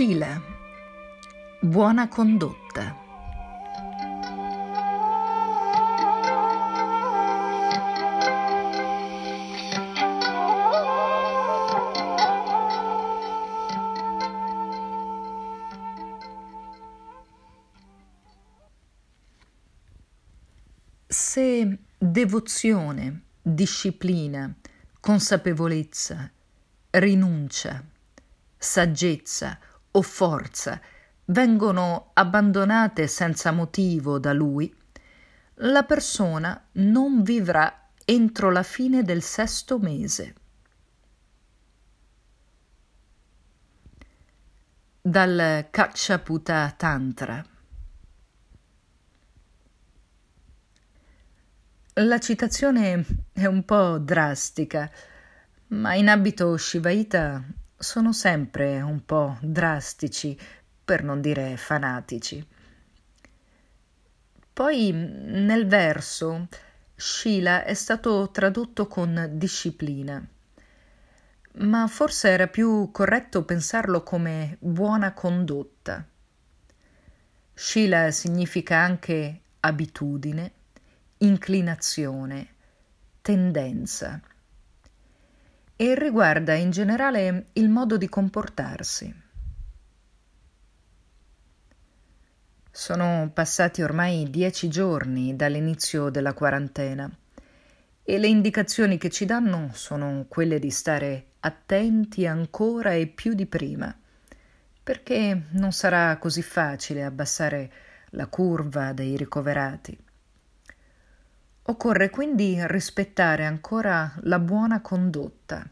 Sheila, buona condotta. Se devozione, disciplina, consapevolezza, rinuncia, saggezza o forza vengono abbandonate senza motivo da lui, la persona non vivrà entro la fine del 6° mese. Dal Kaccaputta Tantra. La citazione è un po' drastica, ma in abito shivaita sono sempre un po' drastici, per non dire fanatici. Poi nel verso Sheila è stato tradotto con disciplina, ma forse era più corretto pensarlo come buona condotta. Sheila significa anche abitudine, inclinazione, tendenza e riguarda in generale il modo di comportarsi. Sono passati ormai 10 giorni dall'inizio della quarantena e le indicazioni che ci danno sono quelle di stare attenti ancora e più di prima, perché non sarà così facile abbassare la curva dei ricoverati. Occorre quindi rispettare ancora la buona condotta.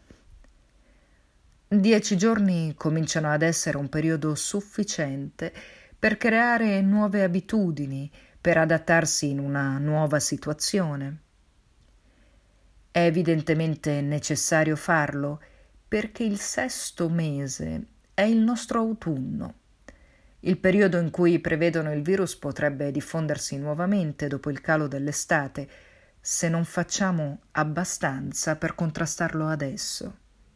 10 giorni cominciano ad essere un periodo sufficiente per creare nuove abitudini, per adattarsi in una nuova situazione. È evidentemente necessario farlo perché il 6° mese è il nostro autunno. Il periodo in cui prevedono il virus potrebbe diffondersi nuovamente dopo il calo dell'estate, se non facciamo abbastanza per contrastarlo adesso.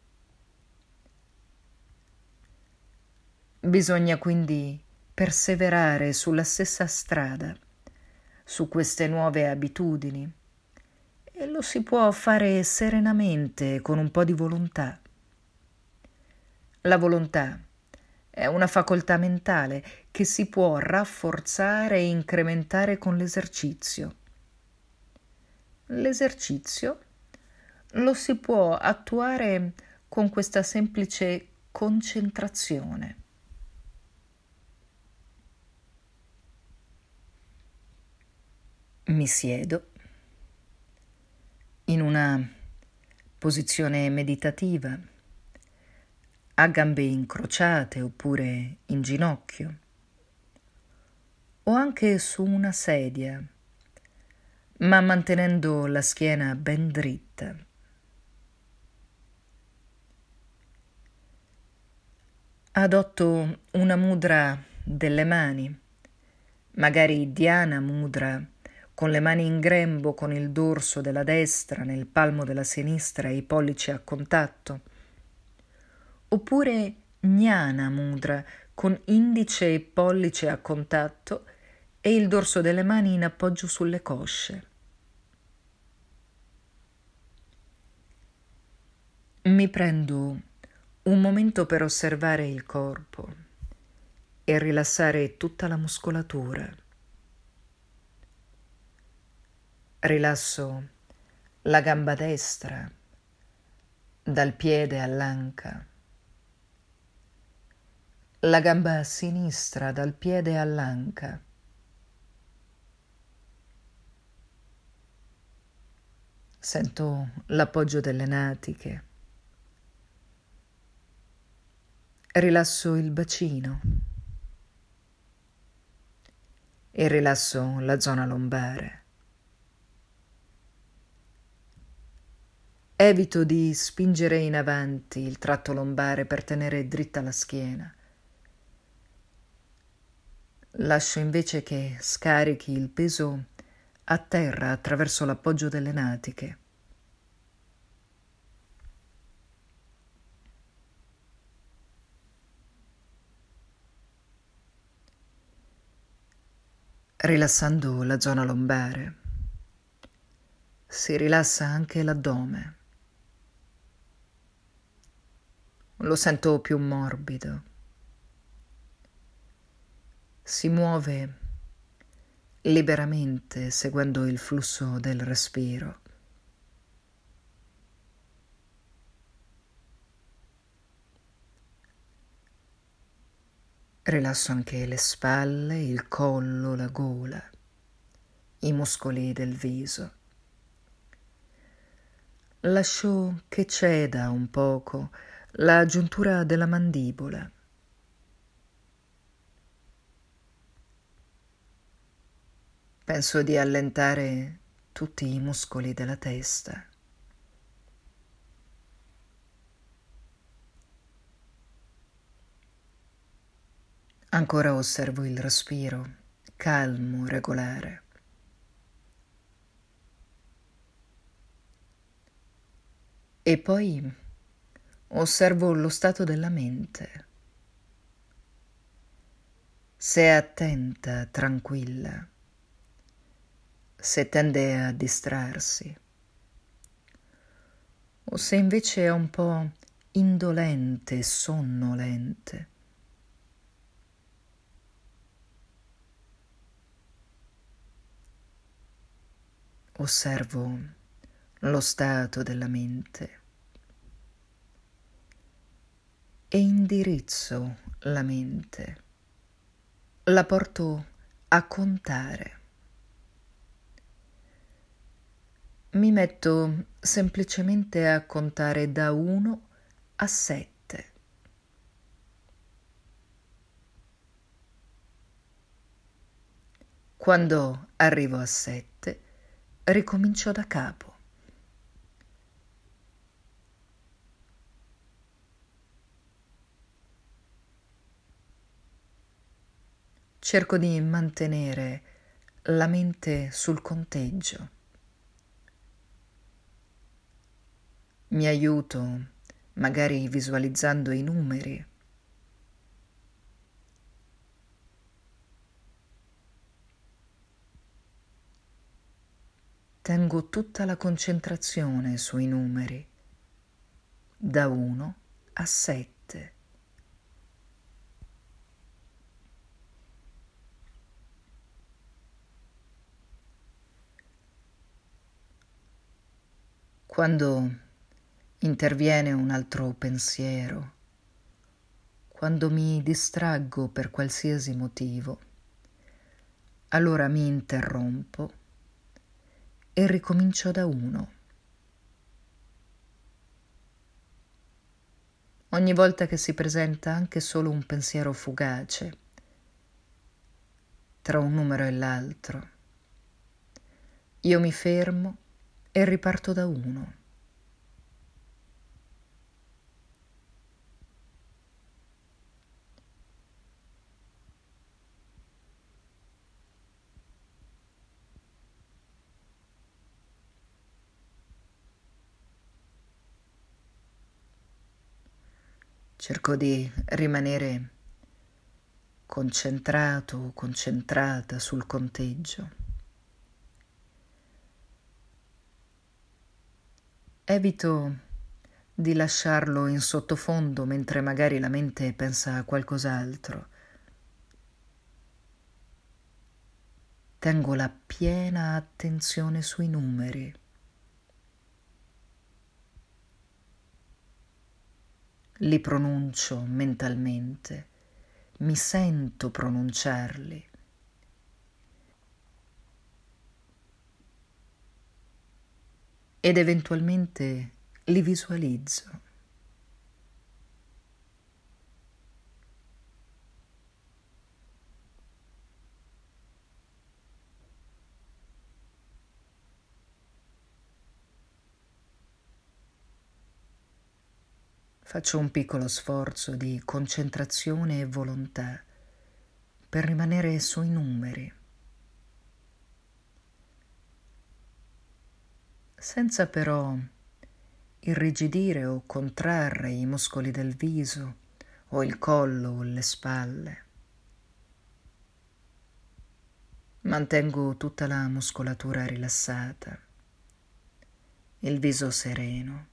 Bisogna quindi perseverare sulla stessa strada, su queste nuove abitudini, e lo si può fare serenamente con un po' di volontà. La volontà è una facoltà mentale che si può rafforzare e incrementare con l'esercizio. L'esercizio lo si può attuare con questa semplice concentrazione. Mi siedo in una posizione meditativa, a gambe incrociate oppure in ginocchio, o anche su una sedia, ma mantenendo la schiena ben dritta. Adotto una mudra delle mani, magari Dhyana mudra, con le mani in grembo con il dorso della destra nel palmo della sinistra e i pollici a contatto, oppure Jnana mudra con indice e pollice a contatto e il dorso delle mani in appoggio sulle cosce. Mi prendo un momento per osservare il corpo e rilassare tutta la muscolatura. Rilasso la gamba destra dal piede all'anca, la gamba sinistra dal piede all'anca, sento l'appoggio delle natiche, rilasso il bacino e rilasso la zona lombare. Evito di spingere in avanti il tratto lombare per tenere dritta la schiena. Lascio invece che scarichi il peso a terra attraverso l'appoggio delle natiche. rilassando la zona lombare. Si rilassa anche l'addome. Lo sento più morbido. Si muove liberamente seguendo il flusso del respiro. Rilasso anche le spalle, il collo, la gola, i muscoli del viso. Lascio che ceda un poco la giuntura della mandibola. Penso di allentare tutti i muscoli della testa. Ancora osservo il respiro, calmo, regolare. E poi osservo lo stato della mente. Se è attenta, tranquilla, se tende a distrarsi, o se invece è un po' indolente, sonnolente. Osservo lo stato della mente e indirizzo la mente. La porto a contare. Mi metto semplicemente a contare da 1 a 7. Quando arrivo a 7, ricomincio da capo. Cerco di mantenere la mente sul conteggio. Mi aiuto, magari visualizzando i numeri. Tengo tutta la concentrazione sui numeri, da 1 a 7. Quando interviene un altro pensiero, quando mi distraggo per qualsiasi motivo, allora mi interrompo e ricomincio da 1. Ogni volta che si presenta anche solo un pensiero fugace tra un numero e l'altro, io mi fermo e riparto da 1. Cerco di rimanere concentrato o concentrata sul conteggio. Evito di lasciarlo in sottofondo mentre magari la mente pensa a qualcos'altro. Tengo la piena attenzione sui numeri. Li pronuncio mentalmente, mi sento pronunciarli. Ed eventualmente li visualizzo. Faccio un piccolo sforzo di concentrazione e volontà per rimanere sui numeri, senza però irrigidire o contrarre i muscoli del viso o il collo o le spalle. Mantengo tutta la muscolatura rilassata, il viso sereno,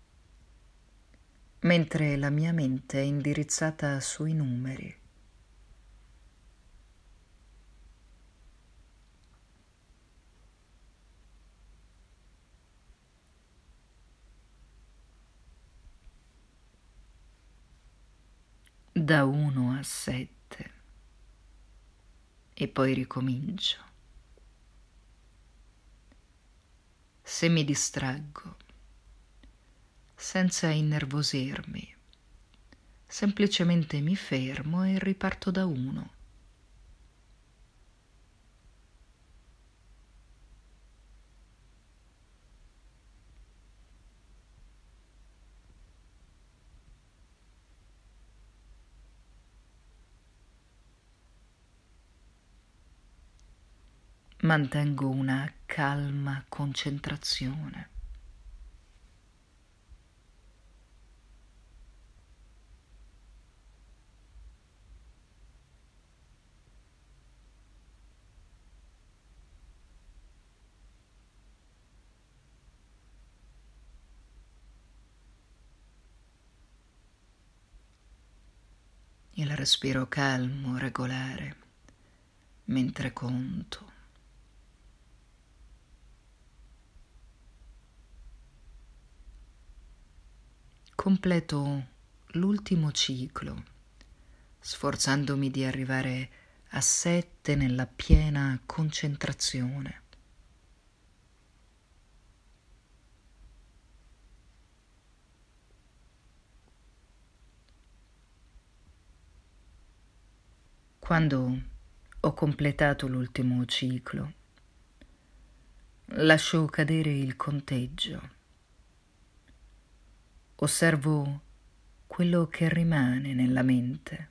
mentre la mia mente è indirizzata sui numeri. Da 1 a 7 e poi ricomincio. Se mi distraggo, senza innervosirmi, semplicemente mi fermo e riparto da 1. Mantengo una calma concentrazione. Il respiro calmo, regolare, mentre conto. Completo l'ultimo ciclo, sforzandomi di arrivare a 7 nella piena concentrazione. Quando ho completato l'ultimo ciclo, lascio cadere il conteggio. Osservo quello che rimane nella mente.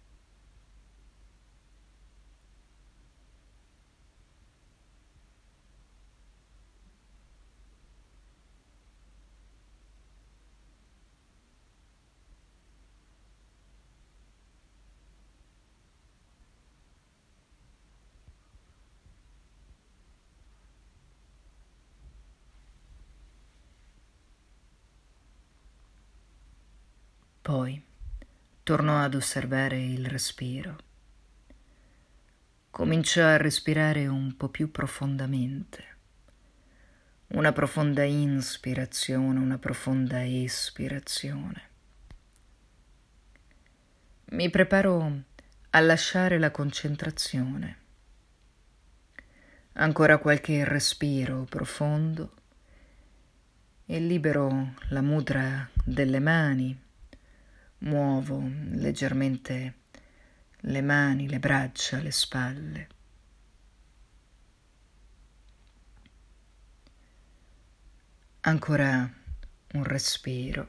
Poi torno ad osservare il respiro. Comincio a respirare un po' più profondamente. Una profonda inspirazione, una profonda espirazione. Mi preparo a lasciare la concentrazione. Ancora qualche respiro profondo e libero la mudra delle mani. Muovo leggermente le mani, le braccia, le spalle. Ancora un respiro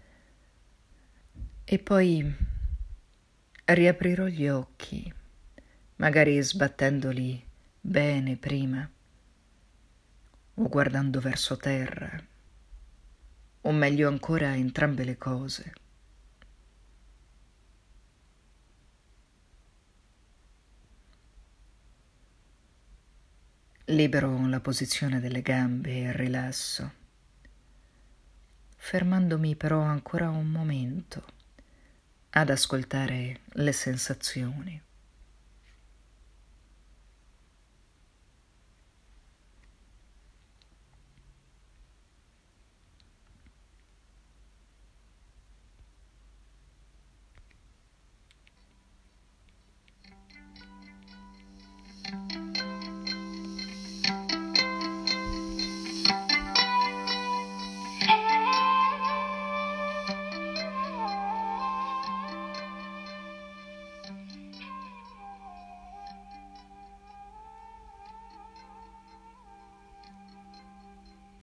e poi riaprirò gli occhi, magari sbattendoli bene prima o guardando verso terra, o meglio ancora entrambe le cose. Libero la posizione delle gambe e rilasso, fermandomi però ancora un momento ad ascoltare le sensazioni.